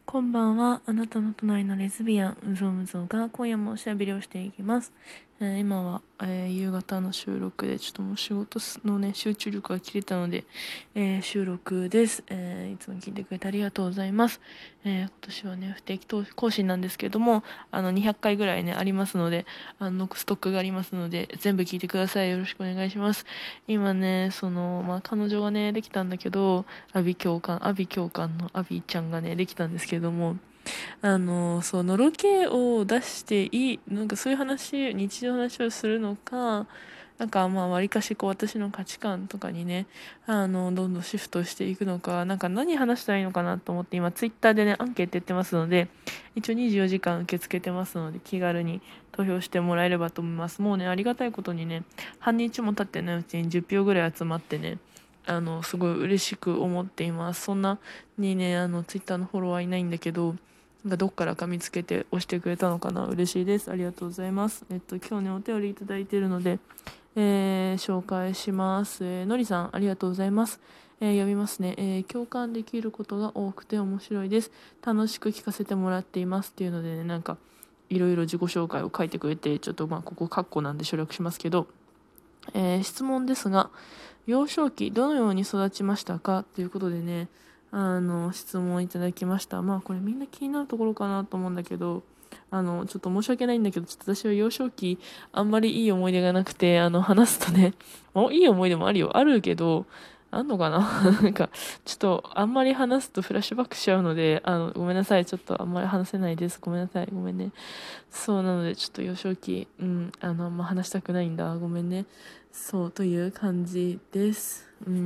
こんばんは。あなたの隣のレズビアン、うぞうむぞうが今夜もおしゃべりをしていきます。今は、夕方の収録で、ちょっともう仕事のね、集中力が切れたので、収録です、いつも聞いてくれてありがとうございます。今年はね、不定期更新なんですけれども、200回ぐらいね、ありますので、ストックがありますので、全部聞いてください。よろしくお願いします。今ね、彼女がね、できたんだけど、アビ教官のアビちゃんがね、できたんですけれども、のろけを出してなんかそういう話、日常の話をするのか、なんかまあ、わりかしこう、私の価値観とかにね、どんどんシフトしていくのか、なんか何話したらいいのかなと思って、今、ツイッターでね、アンケートやってますので、一応24時間受け付けてますので、気軽に投票してもらえればと思います。もうね、ありがたいことにね、半日も経ってないうちに10票ぐらい集まってね、すごい嬉しく思っています。そんなにね、ツイッターのフォロワーいないんだけど、なんかどっからか見つけて押してくれたのかな。嬉しいです。ありがとうございます。今日ね、お便りいただいているので、紹介します。のりさん、ありがとうございます。読みますね、共感できることが多くて面白いです。楽しく聞かせてもらっていますっていうのでね、なんか、いろいろ自己紹介を書いてくれて、ちょっとまあ、ここカッコなんで省略しますけど、質問ですが、幼少期どのように育ちましたかということでね、質問いただきました。まあこれみんな気になるところかなと思うんだけど、ちょっと申し訳ないんだけど、ちょっと私は幼少期あんまりいい思い出がなくて、話すとね、いい思い出もあるよ。あるけど、あんのかななんか、ちょっとあんまり話すとフラッシュバックしちゃうので、ごめんなさい。ちょっとあんまり話せないです。ごめんなさい。ごめんね。そうなので、ちょっと幼少期、あんま話したくないんだ。ごめんね。そう、という感じです。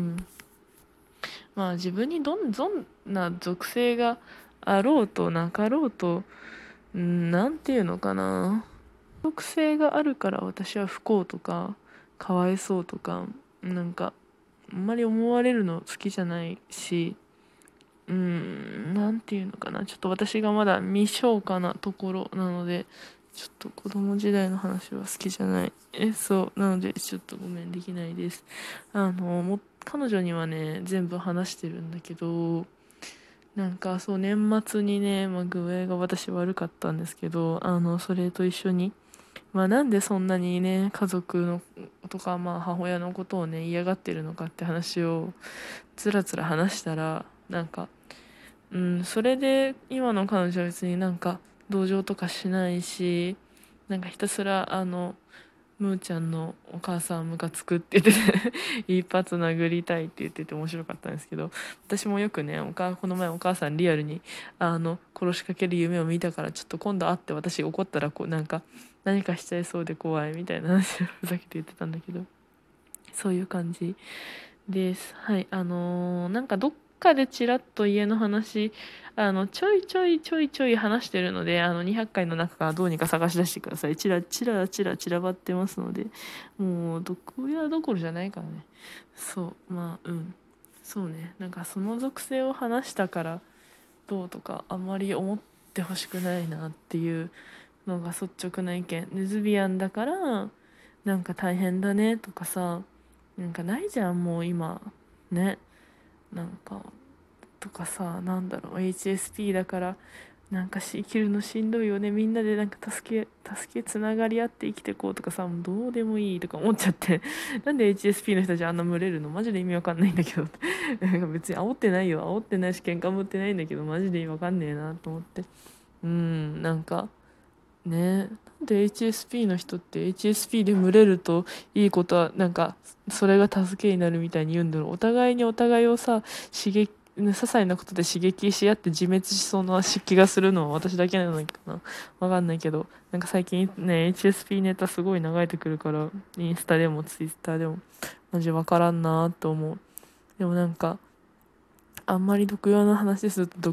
まあ自分にどんな属性があろうとなかろうと、なんていうのかな。属性があるから私は不幸とか、かわいそうとか、なんか、あんまり思われるの好きじゃないし、なんていうのかな。ちょっと私がまだ未消化なところなので、ちょっと子供時代の話は好きじゃない。そう。なので、ちょっとごめん、できないです。彼女にはね、全部話してるんだけど、なんかそう、年末にね、まあ、具合が私悪かったんですけど、それと一緒に、まあなんでそんなにね、家族のとか、まあ母親のことをね、嫌がってるのかって話を、つらつら話したら、なんか、それで今の彼女は別になんか同情とかしないし、なんかひたすらむーちゃんのお母さんムカつくって言ってて一発殴りたいって言ってて面白かったんですけど、私もよくね、この前お母さんリアルに殺しかける夢を見たからちょっと今度会って私怒ったらこうなんか何かしちゃいそうで怖いみたいな話をふざけて言ってたんだけど、そういう感じです。はい。なんかどっかでちらっと家の話、ちょい話してるので、200回の中からどうにか探し出してください。ちらばってますので、もう、毒親どころじゃないからね。そう、まあ、そうね。なんかその属性を話したからどうとか、あんまり思ってほしくないなっていうのが率直な意見。レズビアンだから、なんか大変だねとかさ、なんかないじゃん、もう今。ね。なんか、とかさ、なんだろう、HSP だから、なんか生きるのしんどいよね。みんなでなんかつながり合って生きてこうとかさ、もうどうでもいいとか思っちゃって。なんで HSP の人たちあんな群れるのマジで意味わかんないんだけど。なんか別に煽ってないよ。煽ってないし喧嘩も売ってないんだけど、マジで意味わかんねえなと思って。なんか、ね。なんで HSP の人って HSP で群れるといいことはなんかそれが助けになるみたいに言うんだろう。お互いにお互いをさ、刺激些細なことで刺激し合って自滅しそうな気がするのは私だけなのかな、わかんないけど、なんか最近ね HSP ネタすごい流れてくるから、インスタでもツイッターでもマジわからんなと思う。でもなんかあんまり毒用の話すると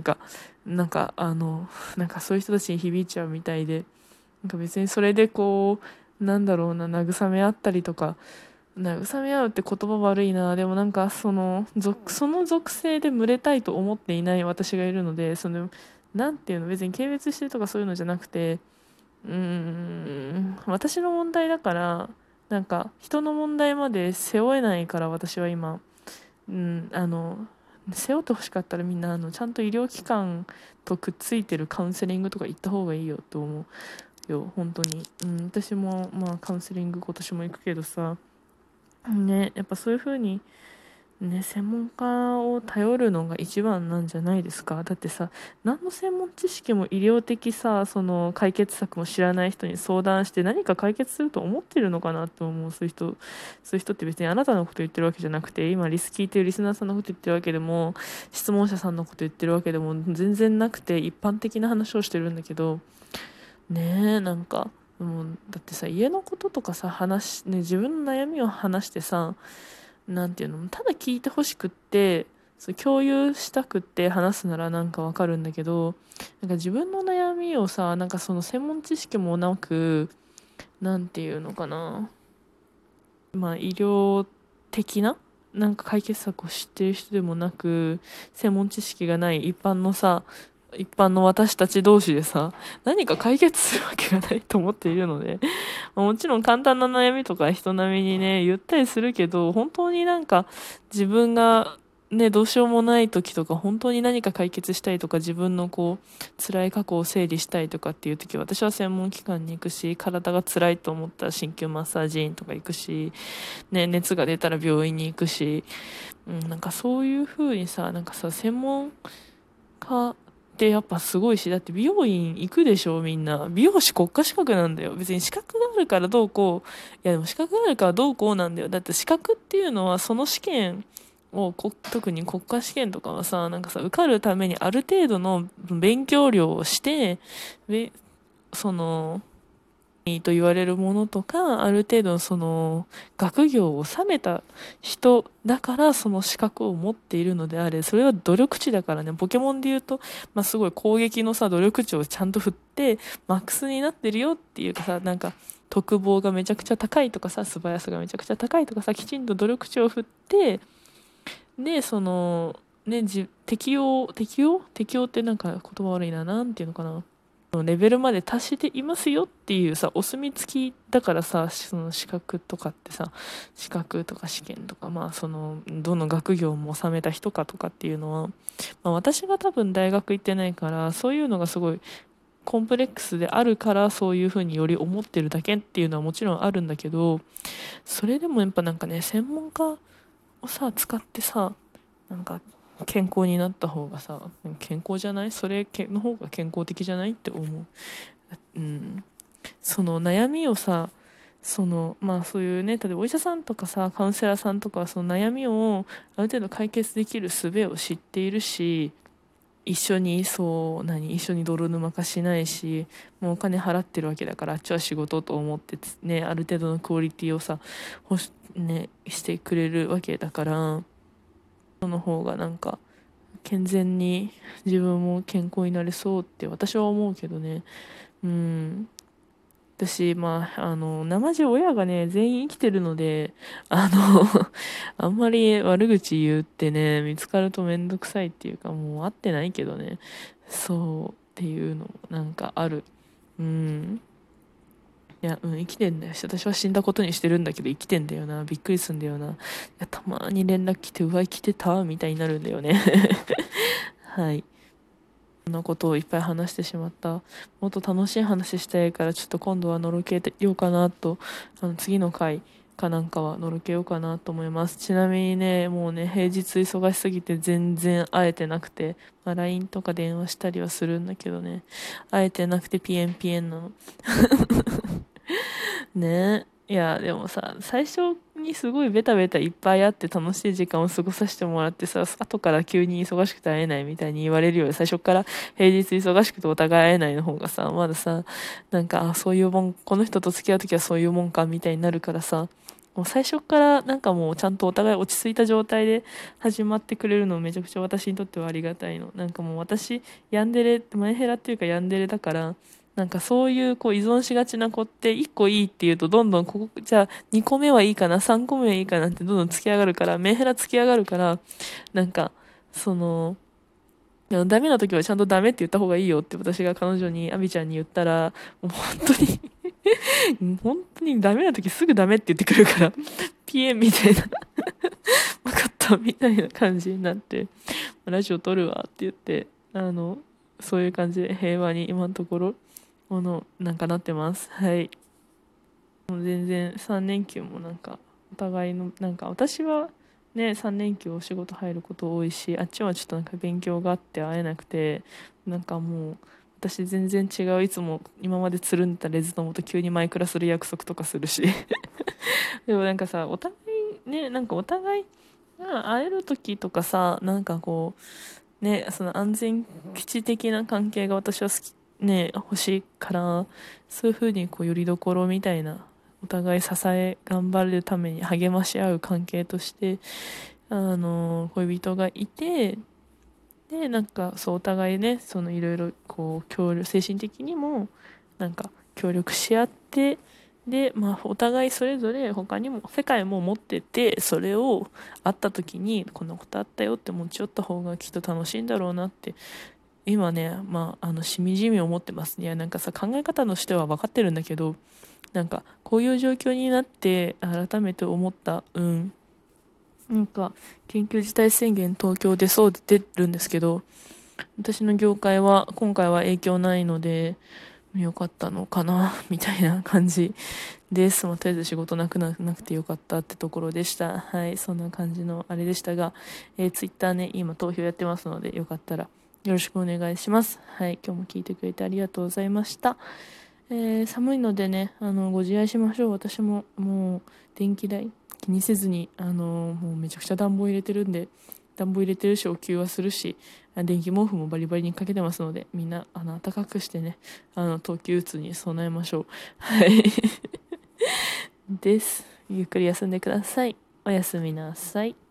なんかそういう人たちに響いちゃうみたいで、なんか別にそれでこう、なんだろうな、慰め合ったりとか、慰め合うって言葉悪いな。でもなんかその属性で群れたいと思っていない私がいるので、なんていうの、別に軽蔑してるとかそういうのじゃなくて、私の問題だから、なんか人の問題まで背負えないから私は今、うん、 背負ってほしかったらみんなちゃんと医療機関とくっついてるカウンセリングとか行った方がいいよと思うよ本当に。私もまあカウンセリング今年も行くけどさ、ね、やっぱそういう風にね、専門家を頼るのが一番なんじゃないですか。だってさ、何の専門知識も医療的さ、その解決策も知らない人に相談して何か解決すると思ってるのかなと思う。そういう人って別にあなたのこと言ってるわけじゃなくて、今リス聞いてるリスナーさんのこと言ってるわけでも、質問者さんのこと言ってるわけでも全然なくて、一般的な話をしてるんだけど、ねえ、なんか、もうだってさ、家のこととかさ、自分の悩みを話してさ、なんていうの、ただ聞いてほしくって、そう共有したくって話すならなんかわかるんだけど、なんか自分の悩みをさ、なんかその専門知識もなく、なんていうのかな、まあ医療的ななんか解決策を知ってる人でもなく、専門知識がない一般の私たち同士でさ、何か解決するわけがないと思っているので、もちろん簡単な悩みとか人並みにね、言ったりするけど、本当になんか自分がね、どうしようもない時とか、本当に何か解決したいとか、自分のこう、辛い過去を整理したいとかっていう時、私は専門機関に行くし、体が辛いと思ったら鍼灸マッサージ院とか行くし、ね、熱が出たら病院に行くし、なんかそういう風にさ、なんかさ、専門家ってやっぱすごいし、だって美容院行くでしょ、みんな。美容師国家資格なんだよ。別に資格があるからどうこう、いやでも資格があるからどうこうなんだよ。だって資格っていうのはその試験を特に国家試験とかはさ、なんかさ、受かるためにある程度の勉強量をして、で、その、と言われるものとか、ある程度その学業を収めた人だからその資格を持っているのであれ、それは努力値だからね、ポケモンで言うと、まあ、すごい攻撃のさ、努力値をちゃんと振って、マックスになってるよっていうかさ、なんか、特防がめちゃくちゃ高いとかさ、素早さがめちゃくちゃ高いとかさ、きちんと努力値を振って、で、その、ね、適用ってなんか言葉悪いな、なんていうのかな。レベルまで達していますよっていうさ、お墨付きだからさ、その資格とかってさ、資格とか試験とか、まあその、どの学業も収めた人かとかっていうのは、まあ私が多分大学行ってないから、そういうのがすごいコンプレックスであるから、そういうふうにより思ってるだけっていうのはもちろんあるんだけど、それでもやっぱなんかね、専門家をさ、使ってさ、なんか健康になった方がさ、健康じゃないそれの方が健康的じゃないって思う。うん。その悩みをさ、まあそういうね、例えばお医者さんとかさ、カウンセラーさんとかはその悩みをある程度解決できる術を知っているし、一緒に泥沼化しないし、もうお金払ってるわけだから、あっちは仕事と思ってね、ある程度のクオリティをさ、してくれるわけだから、その方がなんか、健全に自分も健康になれそうって私は思うけどね。うん。私、まあ、生地親がね、全員生きてるので、あんまり悪口言ってね、見つかるとめんどくさいっていうか、もう会ってないけどね。そうっていうのもなんかある。うん。いや、生きてんだよ。私は死んだことにしてるんだけど、生きてんだよな。びっくりすんだよな。いや、たまに連絡来て、うわ、生きてたみたいになるんだよね。はい。そんなことをいっぱい話してしまった。もっと楽しい話したいから、ちょっと今度はのろけようかなと、次の回かなんかはのろけようかなと思います。ちなみにね、もうね、平日忙しすぎて全然会えてなくて、まあ、LINE とか電話したりはするんだけどね、会えてなくてピエンピエンなの。ねえ。いや、でもさ、最初にすごいベタベタいっぱいあって楽しい時間を過ごさせてもらってさ、後から急に忙しくて会えないみたいに言われるより最初から平日忙しくてお互い会えないの方がさ、まださ、なんか、そういうもん、この人と付き合う時はそういうもんかみたいになるからさ、もう最初からなんかもうちゃんとお互い落ち着いた状態で始まってくれるのめちゃくちゃ私にとってはありがたいの。なんかもう私、ヤンデレ、マイヘラっていうかヤンデレだから、なんかそういうこう依存しがちな子って1個いいって言うとどんどんじゃあ2個目はいいかな、3個目はいいかなってどんどん突き上がるから、メンヘラ突き上がるから、なんか、その、ダメな時はちゃんとダメって言った方がいいよって私が彼女に、アビちゃんに言ったら、もう本当に本当にダメな時すぐダメって言ってくるから、ピエンみたいな、分かったみたいな感じになって、ラジオ撮るわって言って、そういう感じで平和に今のところ、なんかなってます。はい。もう全然3連休もなんか、お互いの、なんか私はね、3連休お仕事入ること多いし、あっちはちょっとなんか勉強があって会えなくて、なんかもう、私全然違う、いつも今までつるんでたレズ友と急にマイクラする約束とかするし。でもなんかさ、お互いね、なんかお互いが会える時とかさ、なんかこう、ね、その安全基地的な関係が私は好き、ね、欲しいから、そういう風にこう、よりどころみたいな、お互い支え、頑張るために励まし合う関係として、恋人がいて、で、なんか、そう、お互いね、そのいろいろ、こう、精神的にも、なんか、協力し合って、で、まあ、お互いそれぞれ他にも、世界も持ってて、それを会った時に、こんなことあったよって持ち寄った方がきっと楽しいんだろうなって、今ね、まあ、しみじみ思ってますね。いや、なんかさ、考え方としては分かってるんだけど、なんか、こういう状況になって、改めて思った、なんか、緊急事態宣言東京でそう出るんですけど、私の業界は今回は影響ないので、良かったのかな、みたいな感じです。まあ、とりあえず仕事なくてよかったってところでした。はい、そんな感じのあれでしたが、ツイッターね、今投票やってますので、よかったらよろしくお願いします。はい、今日も聞いてくれてありがとうございました。寒いのでね、ご自愛しましょう。私ももう電気代気にせずに、もうめちゃくちゃ暖房入れてるんで、暖房入れてるし、お給はするし、電気毛布もバリバリにかけてますので、みんな、暖かくしてね、冬季うつに備えましょう。はい。です。ゆっくり休んでください。おやすみなさい。